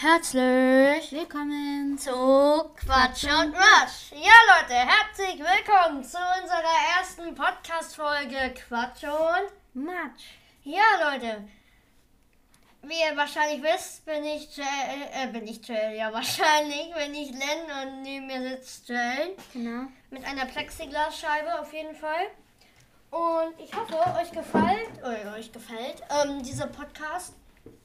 Herzlich Willkommen zu Quatsch und Matsch. Ja Leute, herzlich willkommen zu unserer ersten Podcast-Folge Quatsch und Matsch. Ja Leute, wie ihr wahrscheinlich wisst, bin ich Joel, ja wahrscheinlich bin ich Len und neben mir sitzt Joel. Genau. Mit einer Plexiglasscheibe auf jeden Fall. Und ich hoffe, euch gefällt dieser Podcast.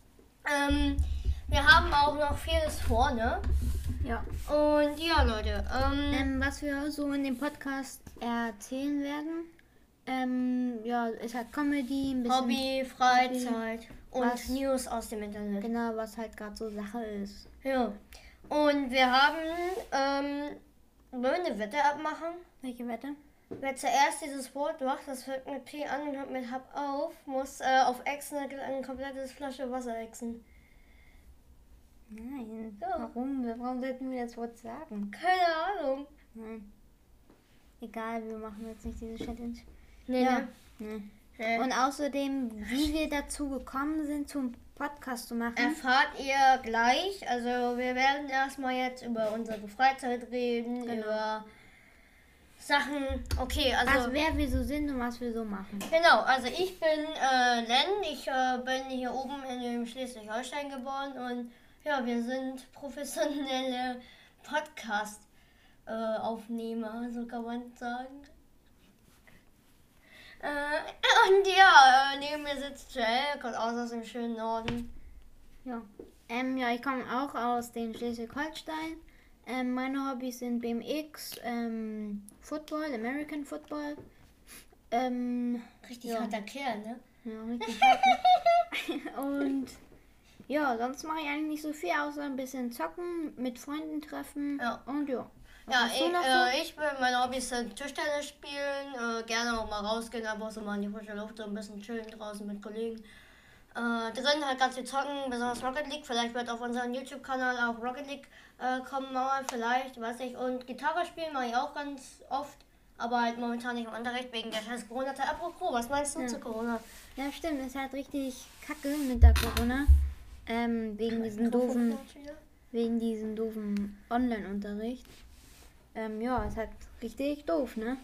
Wir haben auch noch vieles vor, ne? Ja. Und ja, Leute. Was wir so in dem Podcast erzählen werden, ist halt Comedy, ein bisschen Hobby, Freizeit und was- News aus dem Internet. Genau, was halt gerade so Sache ist. Ja. Und wir haben, wollen wir eine Wette abmachen? Welche Wette? Wer zuerst dieses Wort macht, das fängt mit P an und hört mit Hab auf, muss auf Exen eine komplette Flasche Wasser exen. Nein. Ja. Warum sollten wir das Wort sagen? Keine Ahnung. Nein. Egal, wir machen jetzt nicht diese Challenge. Nee, Ja. ne? Nee. Nee. Und außerdem, wie wir dazu gekommen sind, zum Podcast zu machen. Erfahrt ihr gleich. Also wir werden erstmal jetzt über unsere Freizeit reden, Genau. über Sachen. Okay, also wer wir so sind und was wir so machen. genau, also ich bin Len, ich bin hier oben in Schleswig-Holstein geboren und ja, wir sind professionelle Podcast-Aufnehmer, so kann man sagen. Und ja, neben mir sitzt Joel, kommt aus dem schönen Norden. Ja. Ich komme auch aus dem Schleswig-Holstein. Meine Hobbys sind BMX, Football, American Football. Richtig Ja. harter Kerl, ne? Ja, richtig hart, ne? Und ja, sonst mache ich eigentlich nicht so viel, außer ein bisschen zocken, mit Freunden treffen. Ja. Und ja. Was Ja, machst du noch so? meine Hobbys sind Tischtennis spielen, gerne auch mal rausgehen, aber so mal in die frische Luft, so ein bisschen chillen draußen mit Kollegen. Drin halt ganz viel zocken, besonders Rocket League. Vielleicht wird auf unserem YouTube-Kanal auch Rocket League kommen mal, vielleicht, weiß ich. Und Gitarre spielen mache ich auch ganz oft, aber halt momentan nicht im Unterricht wegen der scheiß Corona-Zeit. Apropos, was meinst du Ja. zu Corona? Ja, stimmt, ist halt richtig kacke mit der Corona. Wegen diesem doofen Online-Unterricht. Ist halt richtig doof, ne?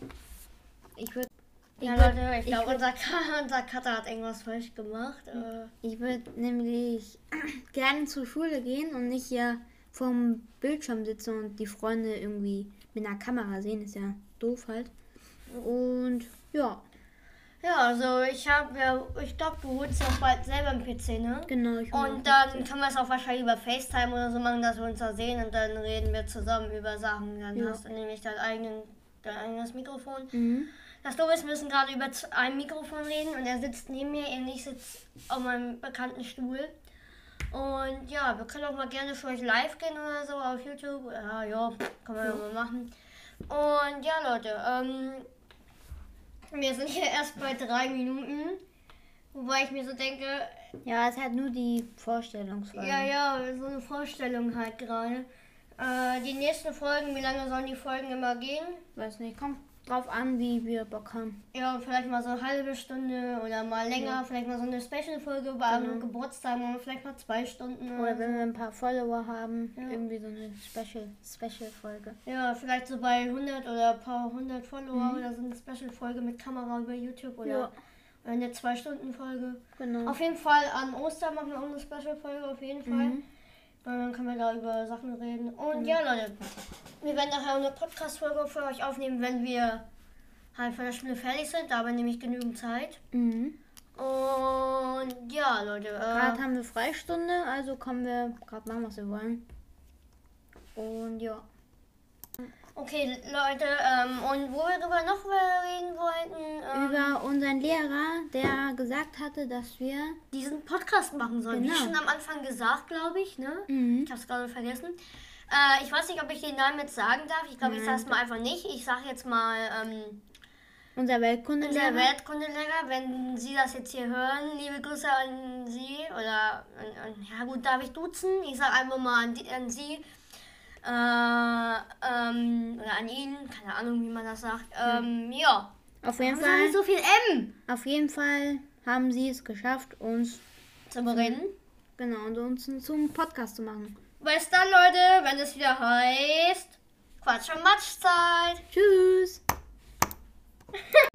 Ja, Leute, ich glaube, unser Cutter hat irgendwas falsch gemacht. Ich würde nämlich gerne zur Schule gehen und nicht hier vorm Bildschirm sitzen und die Freunde irgendwie mit einer Kamera sehen. Ist ja doof halt. Und ja, Ja, also ich glaube, du holst ja auch bald selber einen PC, ne? genau. Und dann können wir es auch wahrscheinlich über FaceTime oder so machen, dass wir uns da sehen und dann reden wir zusammen über Sachen. Dann Ja. hast du nämlich dein eigenes Mikrofon. Mhm. Das Doofe ist, wir müssen gerade über ein Mikrofon reden und er sitzt neben mir und ich sitze auf meinem bekannten Stuhl. Und ja, wir können auch mal gerne für euch live gehen oder so auf YouTube. Ja, kann man ja mal machen. Und ja, Leute, wir sind hier erst bei 3 Minuten. Wobei ich mir so denke, Ja, es ist halt nur die Vorstellungsfolge. ja, so eine Vorstellung halt gerade. Die nächsten Folgen, wie lange sollen die Folgen immer gehen? Weiß nicht, kommt drauf an, wie wir Bock haben. Ja, vielleicht mal so eine halbe Stunde oder mal länger, vielleicht mal so eine Special-Folge bei einem Geburtstag, oder vielleicht mal 2 Stunden. Oder wenn wir ein paar Follower haben, Ja. irgendwie so eine Special-Folge. Ja, vielleicht so bei 100 oder ein paar 100 Follower oder so eine Special-Folge mit Kamera über YouTube oder eine 2-Stunden-Folge. Genau. Auf jeden Fall an Ostern machen wir auch eine Special-Folge, auf jeden Fall. Dann können wir da über Sachen reden. Und ja, Leute, wir werden nachher eine Podcast-Folge für euch aufnehmen, wenn wir halt von der Schule fertig sind. Da haben wir nämlich genügend Zeit. Mhm. Und ja, Leute. Gerade haben wir Freistunde, also können wir gerade machen, was wir wollen. Und ja. Okay, Leute, und wo wir drüber noch reden wollten, Über unseren Lehrer, der gesagt hatte, dass wir... diesen Podcast machen sollen. Wie Genau. schon am Anfang gesagt, glaube ich, ne? Mhm. Ich habe es gerade vergessen. Ich weiß nicht, ob ich den Namen jetzt sagen darf. Ich glaube, ich sage es mal einfach nicht. Ich sage jetzt mal Unser Weltkundelehrer. unser Weltkundelehrer, wenn Sie das jetzt hier hören. Liebe Grüße an Sie. Oder, ja gut, darf ich duzen? Ich sage einfach mal an Sie. Oder an ihn. Keine Ahnung, wie man das sagt. Ja. Auf jeden Warum sage ich Fall, so viel M? auf jeden Fall haben sie es geschafft, uns Zu bereden. Genau, und uns zum Podcast zu machen. Bis dann, Leute, wenn es wieder heißt Quatsch und Matschzeit. Tschüss.